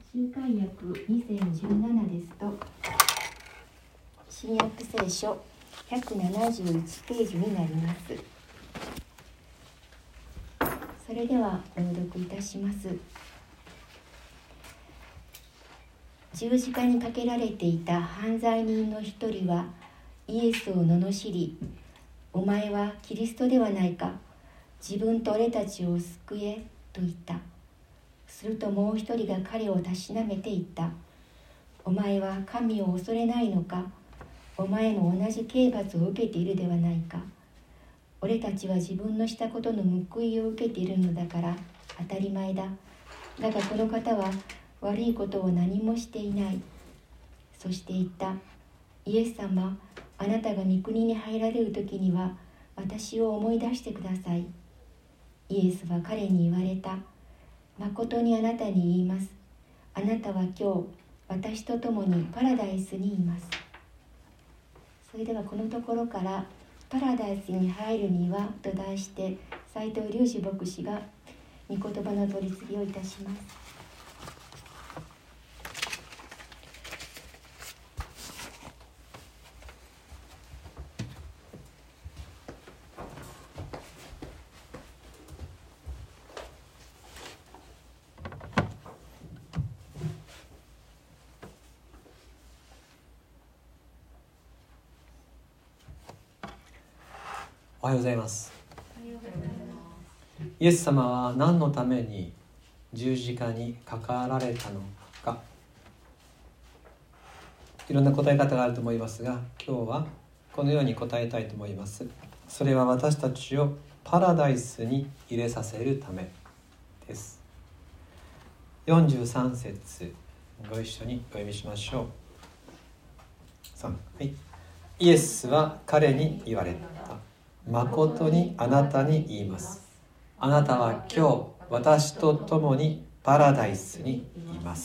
新海訳2017ですと、新約聖書171ページになります。それでは朗読いたします。十字架にかけられていた犯罪人の一人はイエスを罵り、お前はキリストではないか、自分と俺たちを救えと言った。するともう一人が彼をたしなめて言った。お前は神を恐れないのか、お前も同じ刑罰を受けているではないか。俺たちは自分のしたことの報いを受けているのだから当たり前だ。だがこの方は悪いことを何もしていない。そして言った。イエス様、あなたが御国に入られる時には私を思い出してください。イエスは彼に言われた。誠にあなたに言います。あなたは今日私と共にパラダイスにいます。それではこのところからパラダイスに入るにはと題して斉藤隆二牧師が御言葉の取り次ぎをいたします。 おはようございます。イエス様は何のために十字架にかかられたのか、いろんな答え方があると思いますが、今日はこのように答えたいと思います。それは私たちをパラダイスに入れさせるためです。43節ご一緒にお読みしましょう。3、はい。イエスは彼に言われた。誠にあなたに言います。あなたは今日私と共にパラダイスにいます。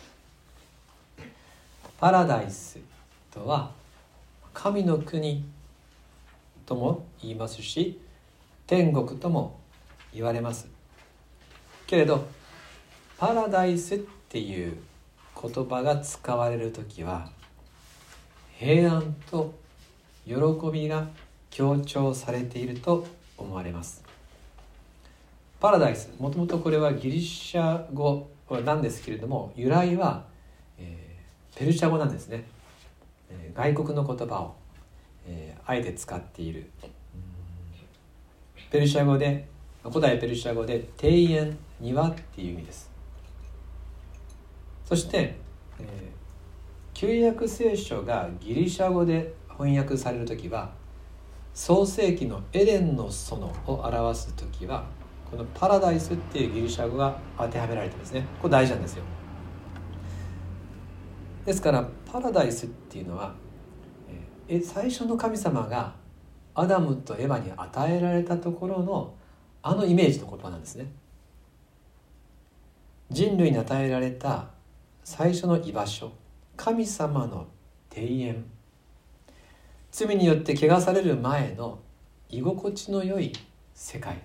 パラダイスとは神の国とも言いますし、天国とも言われますけれど、パラダイスっていう言葉が使われるときは平安と喜びが強調されていると思われます。パラダイス、もともとこれはギリシャ語なんですけれども、由来は、ペルシャ語なんですね。外国の言葉を、あえて使っている。ペルシャ語で、古代ペルシャ語で庭園、庭っていう意味です。そして、旧約聖書がギリシャ語で翻訳されるときは、創世記のエデンの園を表すときはこのパラダイスっていうギリシャ語が当てはめられてますね。これ大事なんですよ。ですからパラダイスっていうのは最初の神様がアダムとエヴァに与えられたところのあのイメージの言葉なんですね。人類に与えられた最初の居場所、神様の庭園、罪によって汚される前の居心地の良い世界、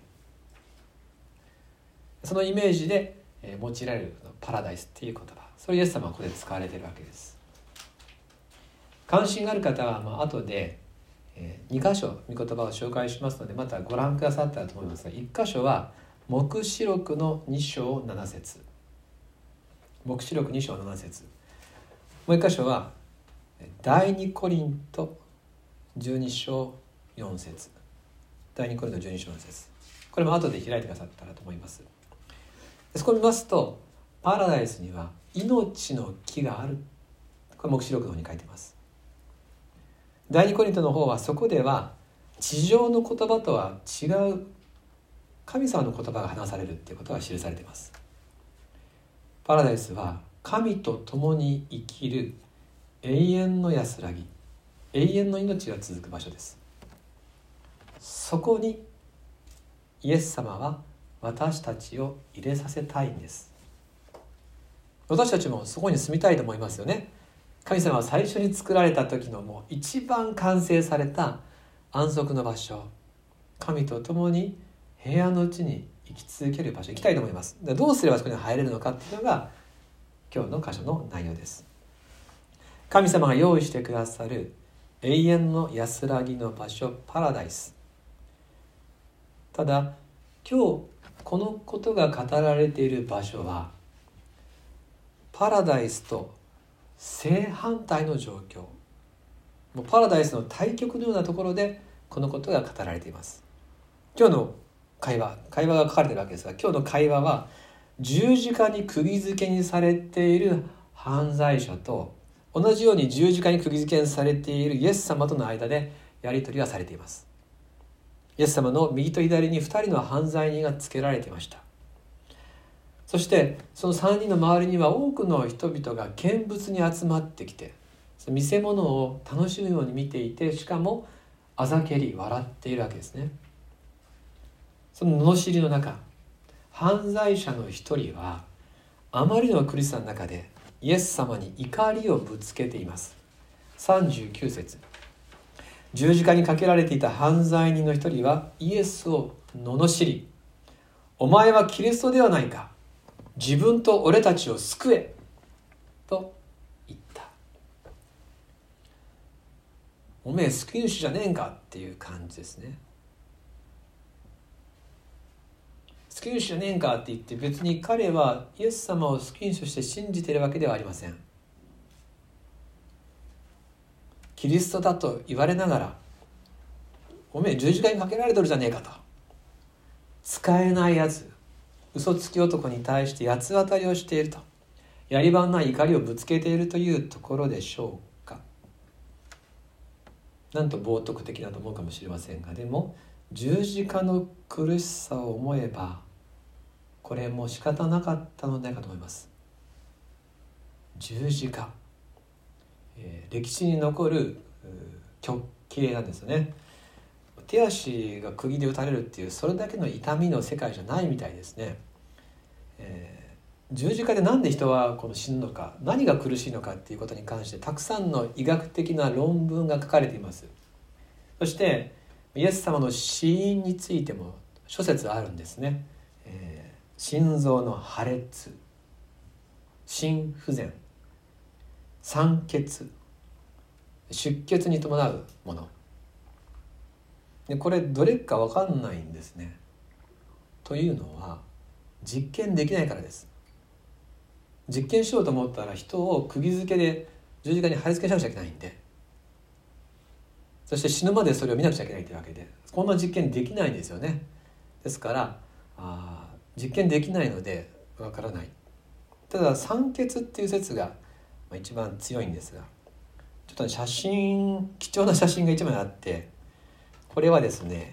そのイメージで用いられるパラダイスっていう言葉、それイエス様はここで使われているわけです。関心がある方は後で2箇所御言葉を紹介しますので、またご覧くださったらと思いますが、1箇所は黙示録の2章7節、黙示録2章7節、もう1箇所は第2コリント12章4節、第2コリント12章4節、これも後で開いてくださったらと思います。そこを見ますと、パラダイスには命の木がある、これ黙示録の方に書いています。第2コリントの方はそこでは地上の言葉とは違う神様の言葉が話されるっていうことが記されています。パラダイスは神と共に生きる永遠の安らぎ、永遠の命が続く場所です。そこにイエス様は私たちを入れさせたいんです。私たちもそこに住みたいと思いますよね。神様は最初に作られた時のもう一番完成された安息の場所、神と共に平安のうちに生き続ける場所、行きたいと思います。でどうすればそこに入れるのかっていうのが今日の箇所の内容です。神様が用意してくださる永遠の安らぎの場所、パラダイス。ただ今日このことが語られている場所はパラダイスと正反対の状況、もうパラダイスの対極のようなところでこのことが語られています。今日の会話が書かれているわけですが、今日の会話は十字架に釘付けにされている犯罪者と同じように十字架に釘付けにされているイエス様との間でやり取りがされています。イエス様の右と左に2人の犯罪人がつけられていました。そしてその3人の周りには多くの人々が見物に集まってきて、見せ物を楽しむように見ていて、しかもあざけり笑っているわけですね。その罵りの中、犯罪者の一人はあまりの苦しさの中でイエス様に怒りをぶつけています。39節、十字架にかけられていた犯罪人の一人はイエスを罵り、お前はキリストではないか、自分と俺たちを救えと言った。おめえ救い主じゃねえんかっていう感じですね。救い主じゃねえんかって言って、別に彼はイエス様を救い主として信じているわけではありません。キリストだと言われながら、おめえ十字架にかけられとるじゃねえかと、使えないやつ、嘘つき男に対して八つ当たりをしていると、やり場のない怒りをぶつけているというところでしょうか。なんと冒涜的だと思うかもしれませんが、でも十字架の苦しさを思えばこれも仕方なかったのではないかと思います。十字架、歴史に残る極刑なんですよね。手足が釘で打たれるっていうそれだけの痛みの世界じゃないみたいですね。十字架でなんで人はこの死ぬのか、何が苦しいのかっていうことに関してたくさんの医学的な論文が書かれています。そしてイエス様の死因についても諸説あるんですね。心臓の破裂、心不全、酸欠、出血に伴うもので、これどれか分かんないんですね。というのは実験できないからです。実験しようと思ったら人を釘付けで十字架に貼り付けなくちゃいけないんで、そして死ぬまでそれを見なくちゃいけないというわけで、こんな実験できないんですよね。ですから実験できないのでわからない。ただ酸欠っていう説が一番強いんですが、ちょっと写真、貴重な写真が一枚あって、これはですね、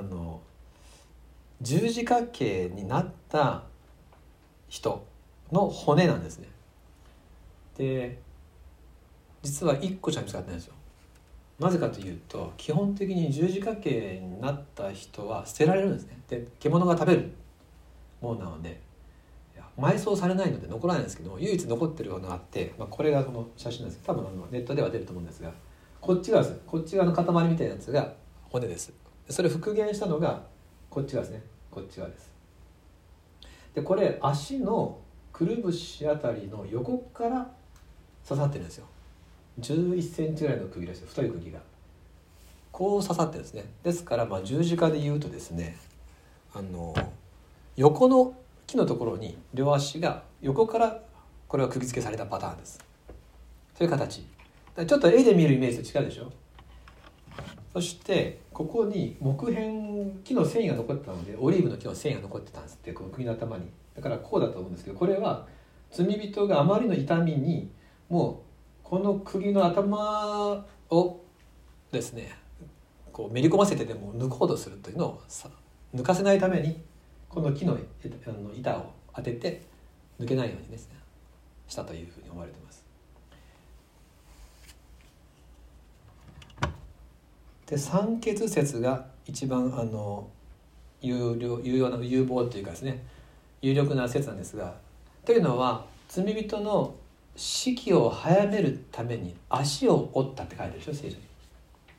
十字架刑になった人の骨なんですね。で、実は1個しか見つかってないんですよ。なぜかというと、基本的に十字架刑になった人は捨てられるんですね。で、獣が食べるものなので埋葬されないので残らないんですけども、唯一残ってるものがあって、これがこの写真なんですけど、多分ネットでは出ると思うんですが、こっち側です。こっち側の塊みたいなやつが骨です。それを復元したのがこっち側ですね。こっち側です。で、これ足のくるぶしあたりの横から刺さってるんですよ。11センチぐらいの釘ですよ。太い釘がこう刺さってるんですね。ですから十字架で言うとですね、横の木のところに両足が横からこれは釘付けされたパターンです。そういう形。ちょっと絵で見るイメージと違うでしょ。そしてここに木片、木の繊維が残ってたので、オリーブの木の繊維が残ってたんですって、この釘の頭に。だからこうだと思うんですけど、これは罪人があまりの痛みにもうこの釘の頭をですね、こうめり込ませてでも抜こうとするというのを抜かせないために、この木の板を当てて抜けないようにですねしたというふうに思われています。で、酸欠説が一番有望というかですね、有力な説なんですが、というのは罪人の死期を早めるために足を折ったって書いてあるでしょ、聖書に。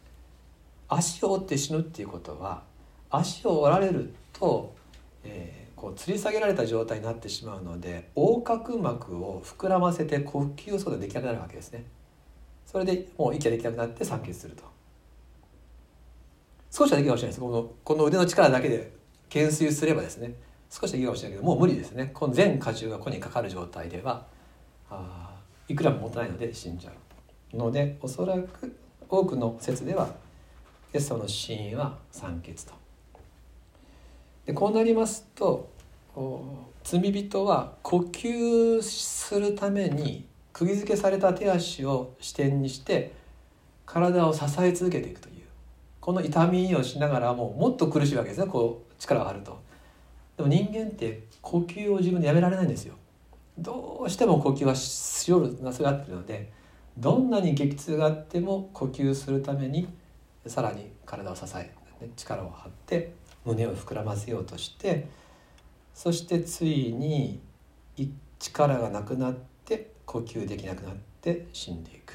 足を折って死ぬっていうことは、足を折られると、 こう吊り下げられた状態になってしまうので、横隔膜を膨らませて呼吸をすることができなくなるわけですね。それでもう息ができなくなって酸欠すると。少しはできるかもしれないです。この腕の力だけで懸垂すればですね、少しはできるかもしれないけど、もう無理ですね。この全荷重がここにかかる状態ではいくらも持たないので死んじゃうので、おそらく多くの説ではイエス様の死因は酸欠と。でこうなりますと、罪人は呼吸するために釘付けされた手足を支点にして体を支え続けていくという、この痛みをしながらもっと苦しいわけですね。こう力があると。でも人間って呼吸を自分でやめられないんですよ。どうしても呼吸はしよるなすがっているので、どんなに激痛があっても呼吸するためにさらに体を支え、力を張って胸を膨らませようとして、そしてついに力がなくなって呼吸できなくなって死んでいく。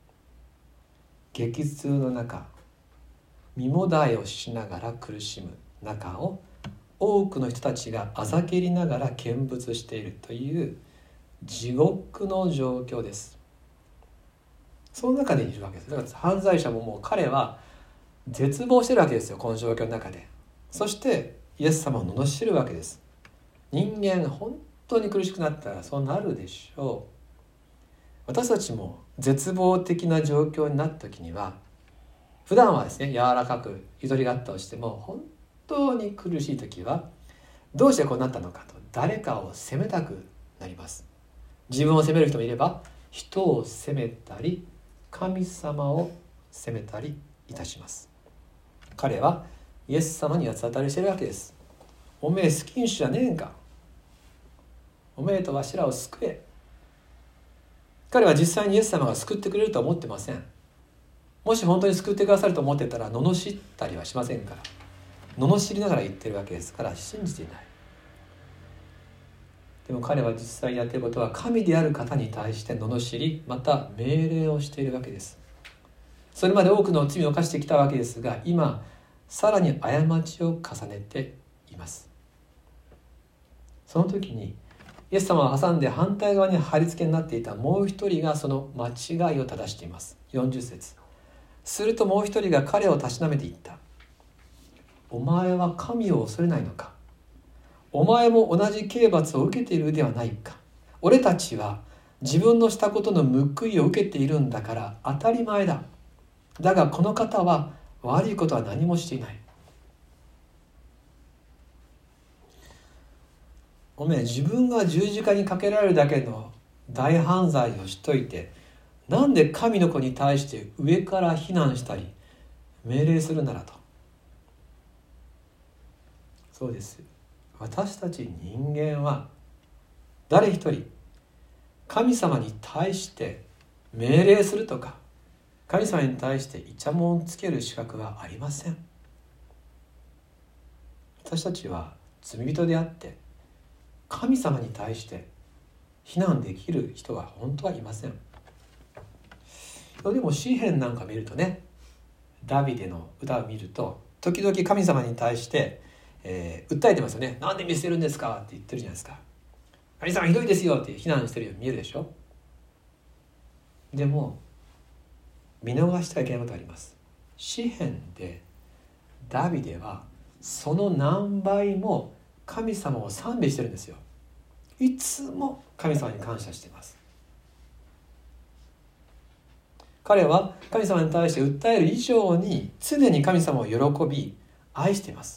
激痛の中、身もだえをしながら苦しむ中を多くの人たちがあざけりながら見物しているという地獄の状況です。その中でいるわけです。だから犯罪者ももう彼は絶望してるわけですよ、この状況の中で。そしてイエス様を罵るわけです。人間本当に苦しくなったらそうなるでしょう。私たちも絶望的な状況になった時には、普段はですね柔らかくゆとりがあったとしても、本当に苦しい時はどうしてこうなったのかと誰かを責めたくなります。自分を責める人もいれば、人を責めたり神様を責めたりいたします。彼はイエス様に八つ当たりしてるわけです。おめえ好きんしじゃねえんか、おめえとわしらを救え。彼は実際にイエス様が救ってくれるとは思ってません。もし本当に救ってくださると思ってたら罵ったりはしませんから、罵りながら言ってるわけですから信じていない。でも彼は実際にやっていることは神である方に対して罵り、また命令をしているわけです。それまで多くの罪を犯してきたわけですが、今さらに過ちを重ねています。その時にイエス様を挟んで反対側に貼り付けになっていたもう一人がその間違いを正しています。40節。するともう一人が彼をたしなめて言った。お前は神を恐れないのか。お前も同じ刑罰を受けているではないか。俺たちは自分のしたことの報いを受けているんだから当たり前だ。だがこの方は悪いことは何もしていない。おめえ自分が十字架にかけられるだけの大犯罪をしといて、なんで神の子に対して上から非難したり命令するならと。そうです。私たち人間は誰一人神様に対して命令するとか、神様に対してイチャモンつける資格はありません。私たちは罪人であって、神様に対して非難できる人は本当はいません。でも詩篇なんか見るとね、ダビデの歌を見ると時々神様に対して、訴えてますよね。なんで見捨てるんですかって言ってるじゃないですか。神様ひどいですよって非難してるように見えるでしょ。でも見逃してはいけないことがあります。詩篇でダビデはその何倍も神様を賛美してるんですよ。いつも神様に感謝しています。彼は神様に対して訴える以上に常に神様を喜び愛しています。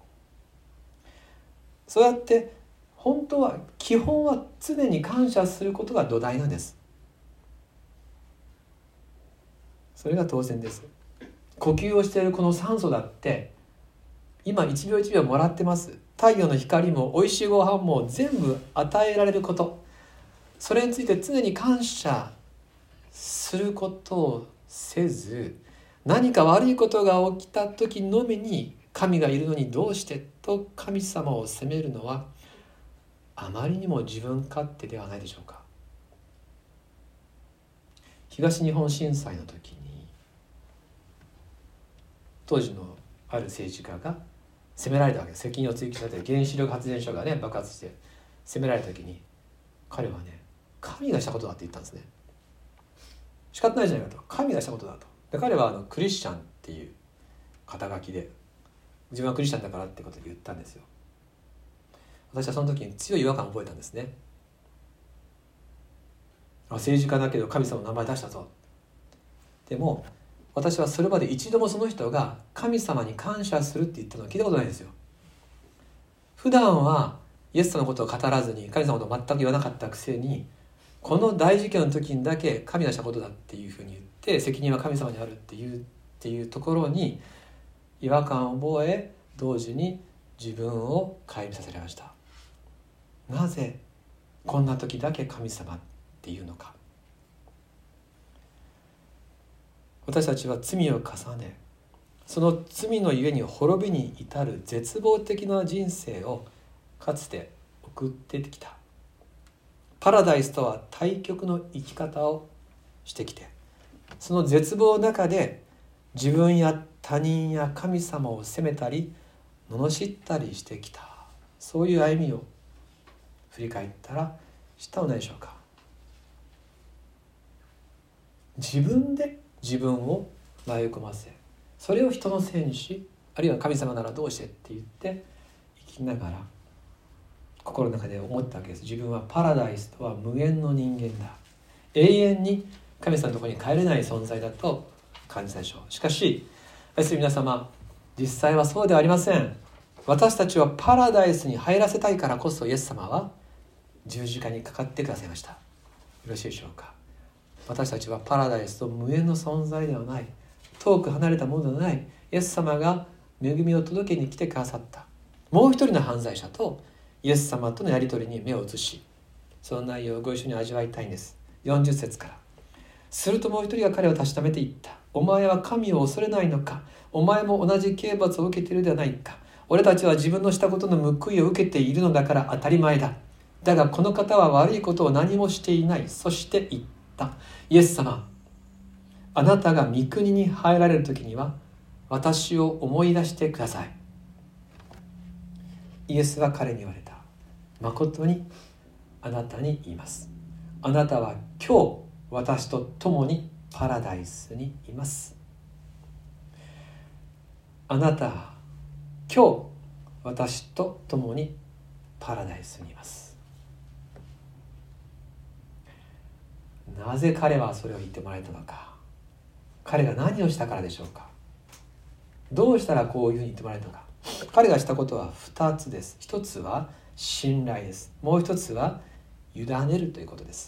そうやって本当は基本は常に感謝することが土台なんです。それが当然です。呼吸をしているこの酸素だって今1秒1秒もらってます。太陽の光もおいしいご飯も全部与えられること、それについて常に感謝することをせず、何か悪いことが起きた時のみに神がいるのにどうしてと神様を責めるのはあまりにも自分勝手ではないでしょうか。東日本震災の時に当時のある政治家が責められたわけです。責任を追及されて原子力発電所がね爆発して責められた時に、彼はね神がしたことだって言ったんですね。仕方ないじゃないかと、神がしたことだと。で彼はクリスチャンっていう肩書きで、自分はクリスチャンだからってことで言ったんですよ。私はその時に強い違和感を覚えたんですね。政治家だけど神様の名前出したぞ。でも私はそれまで一度もその人が神様に感謝するって言ったのを聞いたことないですよ。普段はイエスのことを語らずに神様のことを全く言わなかったくせに、この大事件の時にだけ神がしたことだっていうふうに言って責任は神様にあるっていうところに違和感を覚え、同時に自分を顧みさせられました。なぜこんな時だけ神様っていうのか。私たちは罪を重ね、その罪のゆえに滅びに至る絶望的な人生をかつて送ってきた。パラダイスとは対極の生き方をしてきて、その絶望の中で自分や他人や神様を責めたり罵ったりしてきた。そういう歩みを振り返ったら知ったのでしょうか。自分で自分を迷い込ませ、それを人のせいにし、あるいは神様ならどうしてって言って生きながら心の中で思ったわけです。自分はパラダイスとは無限の人間だ、永遠に神様のところに帰れない存在だと感じたでしょう。しかし愛する皆様、実際はそうではありません。私たちはパラダイスに入らせたいからこそイエス様は十字架にかかってくださいました。よろしいでしょうか。私たちはパラダイスと無縁の存在ではない、遠く離れたものではない、イエス様が恵みを届けに来てくださったもう一人の犯罪者とイエス様とのやり取りに目を移し、その内容をご一緒に味わいたいんです。40節から。するともう一人が彼を確かめて言った。お前は神を恐れないのか。お前も同じ刑罰を受けているではないか。俺たちは自分のしたことの報いを受けているのだから当たり前だ。だがこの方は悪いことを何もしていない。そして言った。イエス様、あなたが御国に入られる時には私を思い出してください。イエスは彼に言われた。誠にあなたに言います。あなたは今日私と共にパラダイスにいます。あなたは今日私と共にパラダイスにいます。なぜ彼はそれを言ってもらえたのか。彼が何をしたからでしょうか。どうしたらこういうふうに言ってもらえたのか。彼がしたことは2つです。1つは信頼です。もう1つは委ねるということです。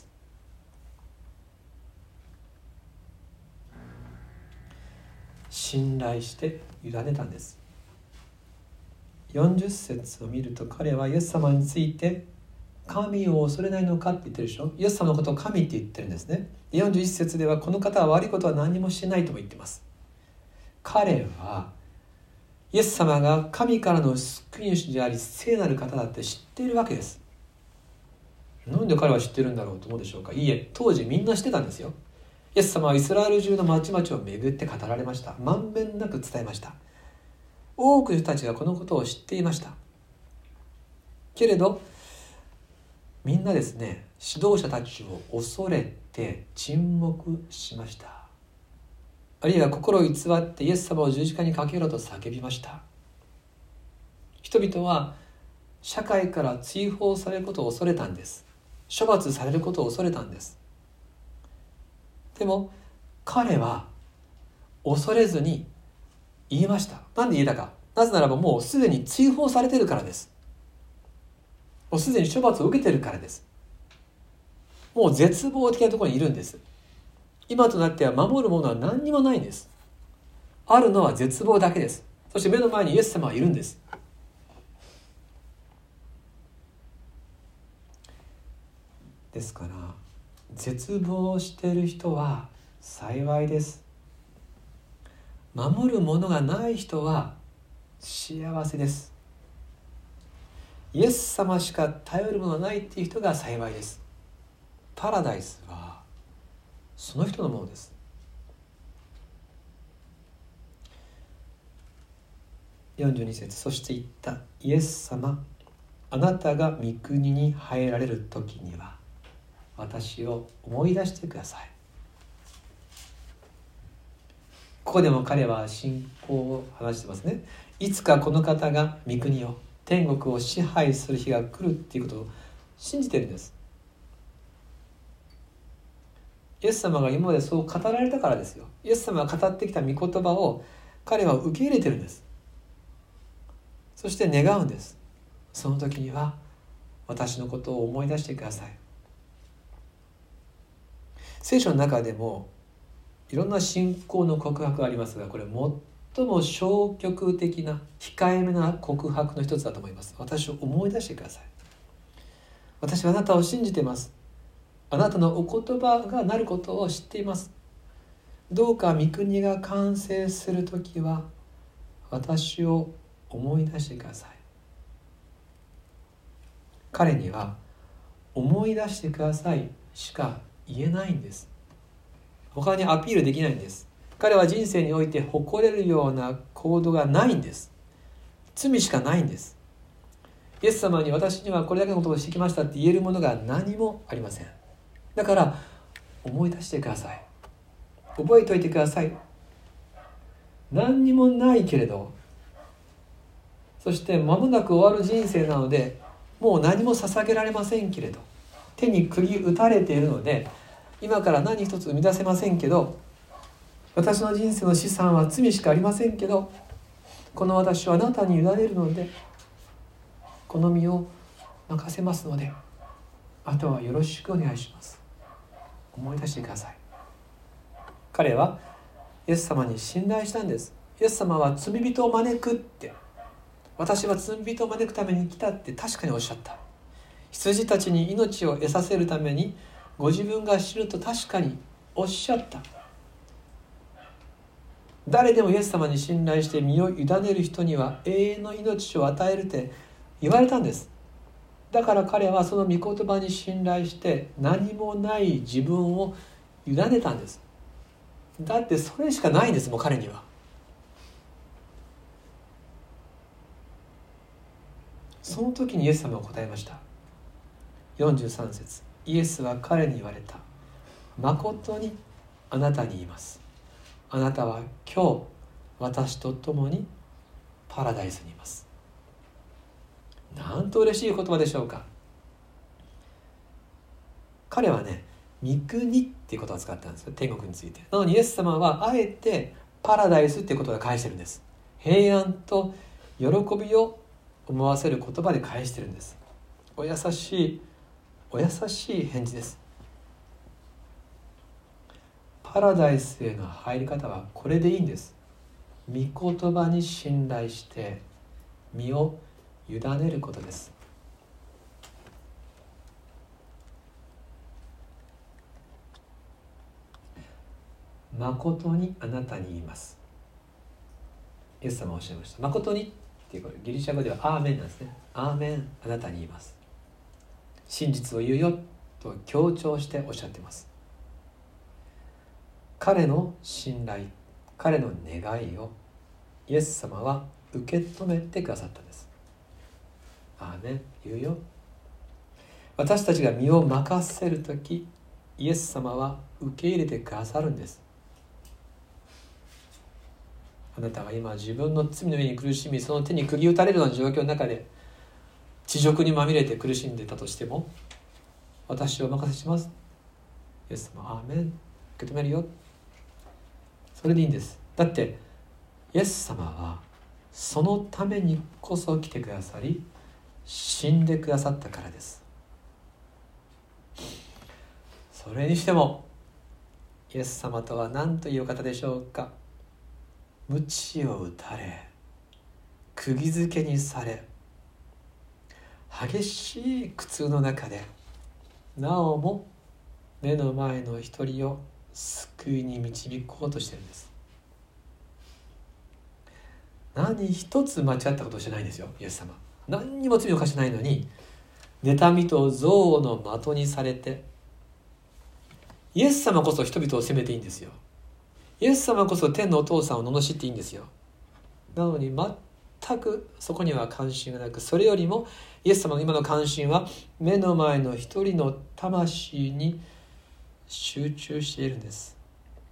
信頼して委ねたんです。40節を見ると、彼はイエス様について神を恐れないのかって言ってるでしょ。イエス様のことを神って言ってるんですね。41節ではこの方は悪いことは何もしてないとも言ってます。彼はイエス様が神からの救い主であり聖なる方だって知っているわけです。なんで彼は知ってるんだろうと思うでしょうか。いいえ、当時みんな知ってたんですよ。イエス様はイスラエル中の町々を巡って語られました。まんべんなく伝えました。多くの人たちがこのことを知っていました。けれどみんなですね、指導者たちを恐れて沈黙しました。あるいは心を偽ってイエス様を十字架にかけろと叫びました。人々は社会から追放されることを恐れたんです。処罰されることを恐れたんです。でも彼は恐れずに言いました。なんで言えたか。なぜならばもうすでに追放されているからです。もうすでに処罰を受けているからです。もう絶望的なところにいるんです。今となっては守るものは何にもないんです。あるのは絶望だけです。そして目の前にイエス様はいるんです。ですから絶望している人は幸いです。守るものがない人は幸せです。イエス様しか頼るものがないっていう人が幸いです。パラダイスはその人のものです。 42節、そして言った。イエス様、あなたが御国に入られる時には私を思い出してください。ここでも彼は信仰を話してますね。いつかこの方が御国を、天国を支配する日が来るっていうことを信じてるんです。イエス様が今までそう語られたからですよ。イエス様が語ってきた御言葉を彼は受け入れてるんです。そして願うんです。その時には私のことを思い出してください。聖書の中でもいろんな信仰の告白がありますが、これ最も消極的な控えめな告白の一つだと思います。私を思い出してください。私はあなたを信じています。あなたのお言葉がなることを知っています。どうか御国が完成するときは私を思い出してください。彼には思い出してくださいしか言えないんです。他にアピールできないんです。彼は人生において誇れるような行動がないんです。罪しかないんです。イエス様に私にはこれだけのことをしてきましたって言えるものが何もありません。だから思い出してください。覚えておいてください。何にもないけれど、そして間もなく終わる人生なのでもう何も捧げられませんけれど、手に釘打たれているので今から何一つ生み出せませんけど、私の人生の資産は罪しかありませんけど、この私はあなたに委ねるのでこの身を任せますので、あとはよろしくお願いします。思い出してください。彼はイエス様に信頼したんです。イエス様は罪人を招くって、私は罪人を招くために来たって確かにおっしゃった。羊たちに命を得させるためにご自分が死ぬと確かにおっしゃった。誰でもイエス様に信頼して身を委ねる人には永遠の命を与えるって言われたんです。だから彼はその御言葉に信頼して何もない自分を委ねたんです。だってそれしかないんです、もう彼には。その時にイエス様は答えました。43節、イエスは彼に言われた。誠にあなたに言います。あなたは今日私と共にパラダイスにいます。なんと嬉しい言葉でしょうか。彼はね、御国っていう言葉を使ったんですよ、天国について。なのにイエス様はあえてパラダイスっていう言葉で返してるんです。平安と喜びを思わせる言葉で返してるんです。お優しい返事です。パラダイスへの入り方はこれでいいんです。御言葉に信頼して身を委ねることです。誠にあなたに言います。イエス様はおっしゃいました。誠にっていうこれギリシャ語ではアーメンなんですね。アーメン、あなたに言います。真実を言うよと強調しておっしゃっています。彼の信頼、彼の願いをイエス様は受け止めてくださったんです。アーメン、言うよ。私たちが身を任せるとき、イエス様は受け入れてくださるんです。あなたが今自分の罪の上に苦しみ、その手に釘打たれるような状況の中で恥辱にまみれて苦しんでたとしても、私をお任せします。イエス様、アーメン、受け止めるよ。それでいいんです。だってイエス様はそのためにこそ来てくださり、死んでくださったからです。それにしてもイエス様とは何というお方でしょうか。鞭を打たれ、釘付けにされ、激しい苦痛の中でなおも目の前の一人を救いに導こうとしているんです。何一つ間違ったことをしてないんですよ、イエス様。何にも罪を犯してないのに、妬みと憎悪の的にされて、イエス様こそ人々を責めていいんですよ。イエス様こそ天のお父さんを罵っていいんですよ。なのに全くそこには関心がなく、それよりもイエス様の今の関心は目の前の一人の魂に集中しているんです。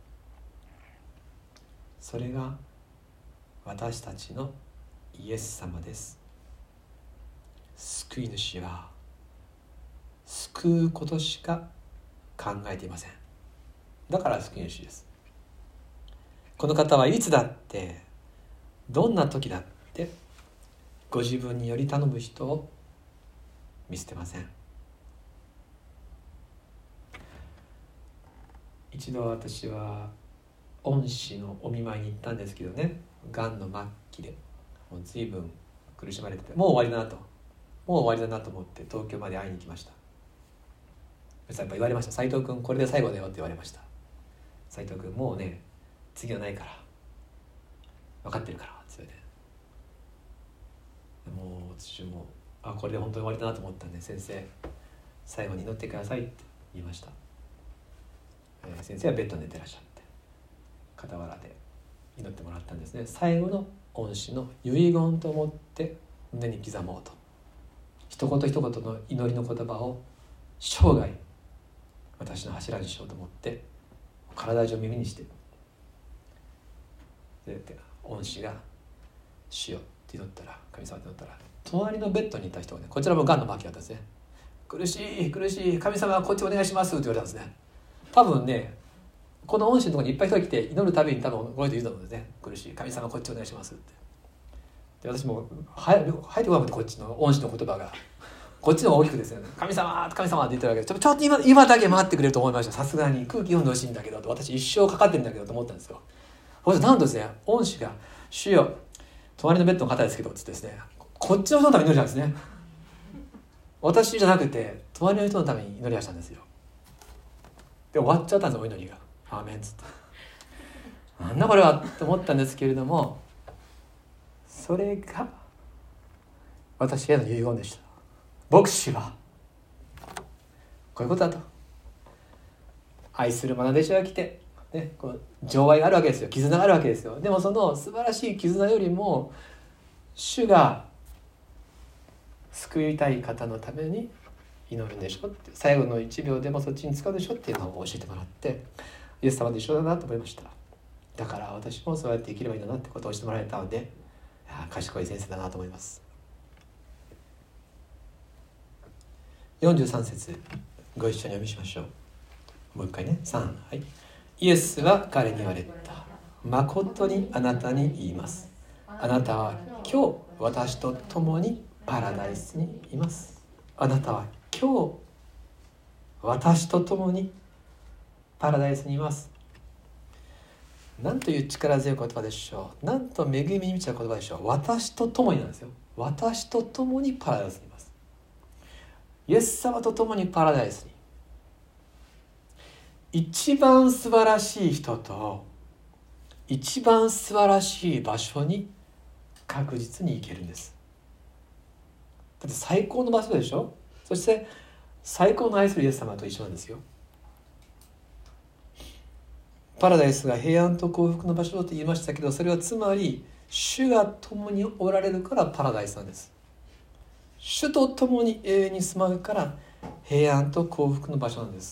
それが私たちのイエス様です。救い主は救うことしか考えていません。だから救い主です。この方はいつだってどんな時だってご自分により頼む人を見捨てません。一度私は恩師のお見舞いに行ったんですけどね、がんの末期でもう随分苦しまれてて、もう終わりだなと思って東京まで会いに行きました。そしたらやっぱ言われました。斉藤君これで最後だよって言われました。斉藤君もうね次はないから分かってるからって言われて、もう私もこれで本当に終わりだなと思ったんで、先生最後に祈ってくださいって言いました。先生はベッドに寝てらっしゃって、傍らで祈ってもらったんですね。最後の恩師の遺言と思って胸に刻もうと、一言一言の祈りの言葉を生涯私の柱にしようと思って体中を耳にして、で恩師が主よって祈ったら、神様って祈ったら、隣のベッドにいた人がね、こちらもがんの末期だったんですね。苦しい神様こっちお願いしますって言われたんですね。多分ねこの恩師のところにいっぱい人が来て祈るたびに多分この人言うと思うんですね。苦しい神様こっちお願いしますって。で私も入ってこなくて、こっちの恩師の言葉がこっちの方が大きくですね、神様って言ってるわけで、ちょっと今だけ待ってくれると思いました。さすがに空気読んでほしいんだけど、私一生かかってるんだけどと思ったんですよ。そしてなんとですね、恩師が主よ隣のベッドの方ですけどつってですね、こっちの人のために祈りしたんですね。私じゃなくて隣の人のために祈り出したんですよ。で終わっちゃったんです、お祈りが。アーメンっつって、なんだこれはと思ったんですけれども、それが私への遺言でした。牧師はこういうことだと、愛する愛弟子が来て、ね、こう情愛があるわけですよ、絆があるわけですよ。でもその素晴らしい絆よりも主が救いたい方のために祈るんでしょって、最後の1秒でもそっちに使うでしょっていうのを教えてもらって、イエス様と一緒だなと思いました。だから私もそうやって生きればいいんだなってことを教えてもらえたので、賢い先生だなと思います。43節ご一緒に読みしましょう。もう一回ね、3、はい。イエスは彼に言われた。誠にあなたに言います。あなたは今日私と共にパラダイスにいます。あなたは今日私と共にパラダイスにいます。なんという力強い言葉でしょう。なんと恵みに満ちた言葉でしょう。私と共になんですよ。私と共にパラダイスにいます。イエス様と共にパラダイスに、一番素晴らしい人と一番素晴らしい場所に確実に行けるんです。だって最高の場所でしょ。そして最高の愛するイエス様と一緒なんですよ。パラダイスが平安と幸福の場所だと言いましたけど、それはつまり主が共におられるからパラダイスなんです。主と共に永遠に住まうから平安と幸福の場所なんです。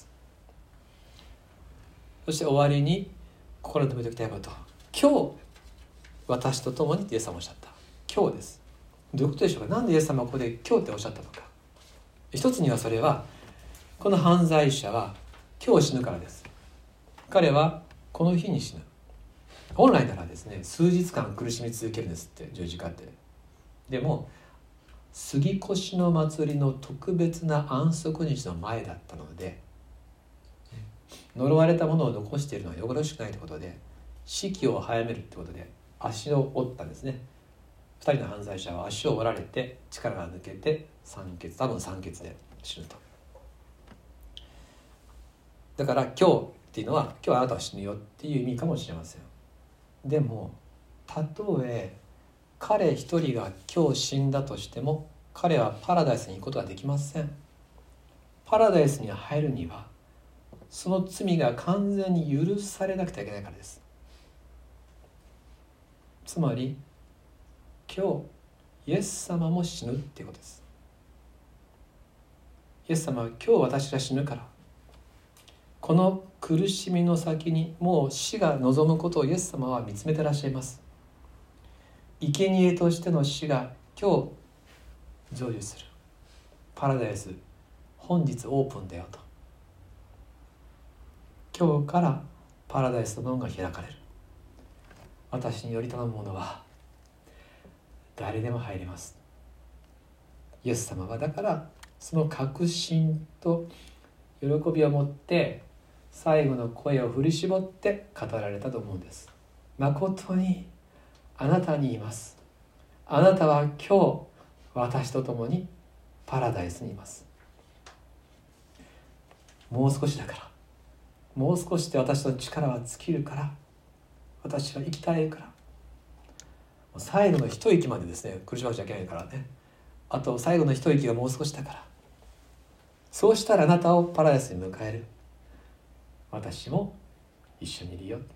そして終わりに心に留めておきたいこと、今日私と共にイエス様おっしゃった。今日です。どういうことでしょうか。なんでイエス様はここで今日っておっしゃったのか。一つにはそれはこの犯罪者は今日死ぬからです。彼はこの日に死ぬ。本来ならですね、数日間苦しみ続けるんですって、十字架って。でも杉越の祭りの特別な安息日の前だったので、呪われたものを残しているのはよろしくないということで、死期を早めるということで足を折ったんですね。2人の犯罪者は足を折られて力が抜けて多分酸欠で死ぬと。だから今日っていうのは、今日あなたは死ぬよっていう意味かもしれません。でもたとえ彼一人が今日死んだとしても、彼はパラダイスに行くことができません。パラダイスに入るにはその罪が完全に許されなくてはいけないからです。つまり今日イエス様も死ぬっていうことです。イエス様は今日私が死ぬから、この苦しみの先にもう死が望むことをイエス様は見つめてらっしゃいます。生贄としての死が今日成就する。パラダイス本日オープンだよと。今日からパラダイスの門が開かれる。私により頼む者は誰でも入れます。イエス様はだからその確信と喜びを持って最後の声を振り絞って語られたと思うんです。誠にあなたに言います。あなたは今日私と共にパラダイスにいます。もう少しだから、もう少しで私の力は尽きるから、私は生きたいから、最後の一息までですね、苦しまなきゃいけないからね、あと最後の一息がもう少しだから、そうしたらあなたをパラダイスに迎える。私も一緒にいるよ。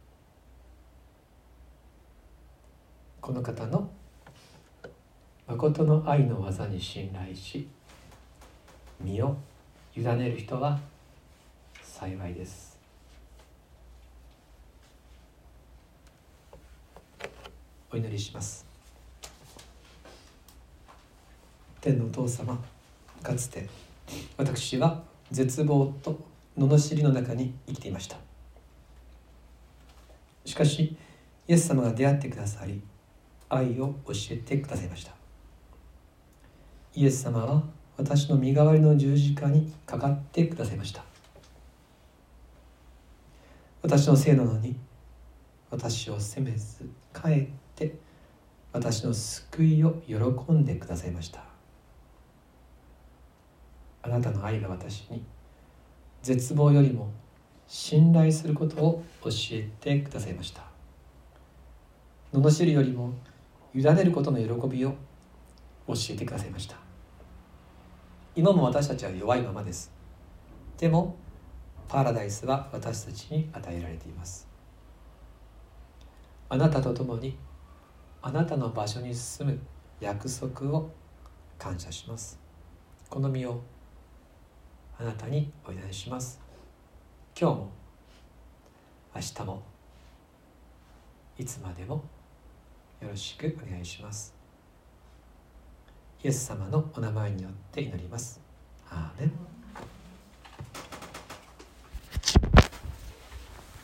この方の誠の愛の技に信頼し、身を委ねる人は幸いです。お祈りします。天のお父様、かつて私は絶望と罵りの中に生きていました。しかしイエス様が出会ってくださり、愛を教えてくださいました。イエス様は私の身代わりの十字架にかかってくださいました。私のせいなのに私を責めず、かえって私の救いを喜んでくださいました。あなたの愛が私に絶望よりも信頼することを教えてくださいました。罵るよりも委ねることの喜びを教えてくださいました。今も私たちは弱いままです。でもパラダイスは私たちに与えられています。あなたと共にあなたの場所に住む約束を感謝します。この身をあなたにお委ねします。今日も明日もいつまでもよろしくお願いします。イエス様のお名前によって祈ります。アーメン。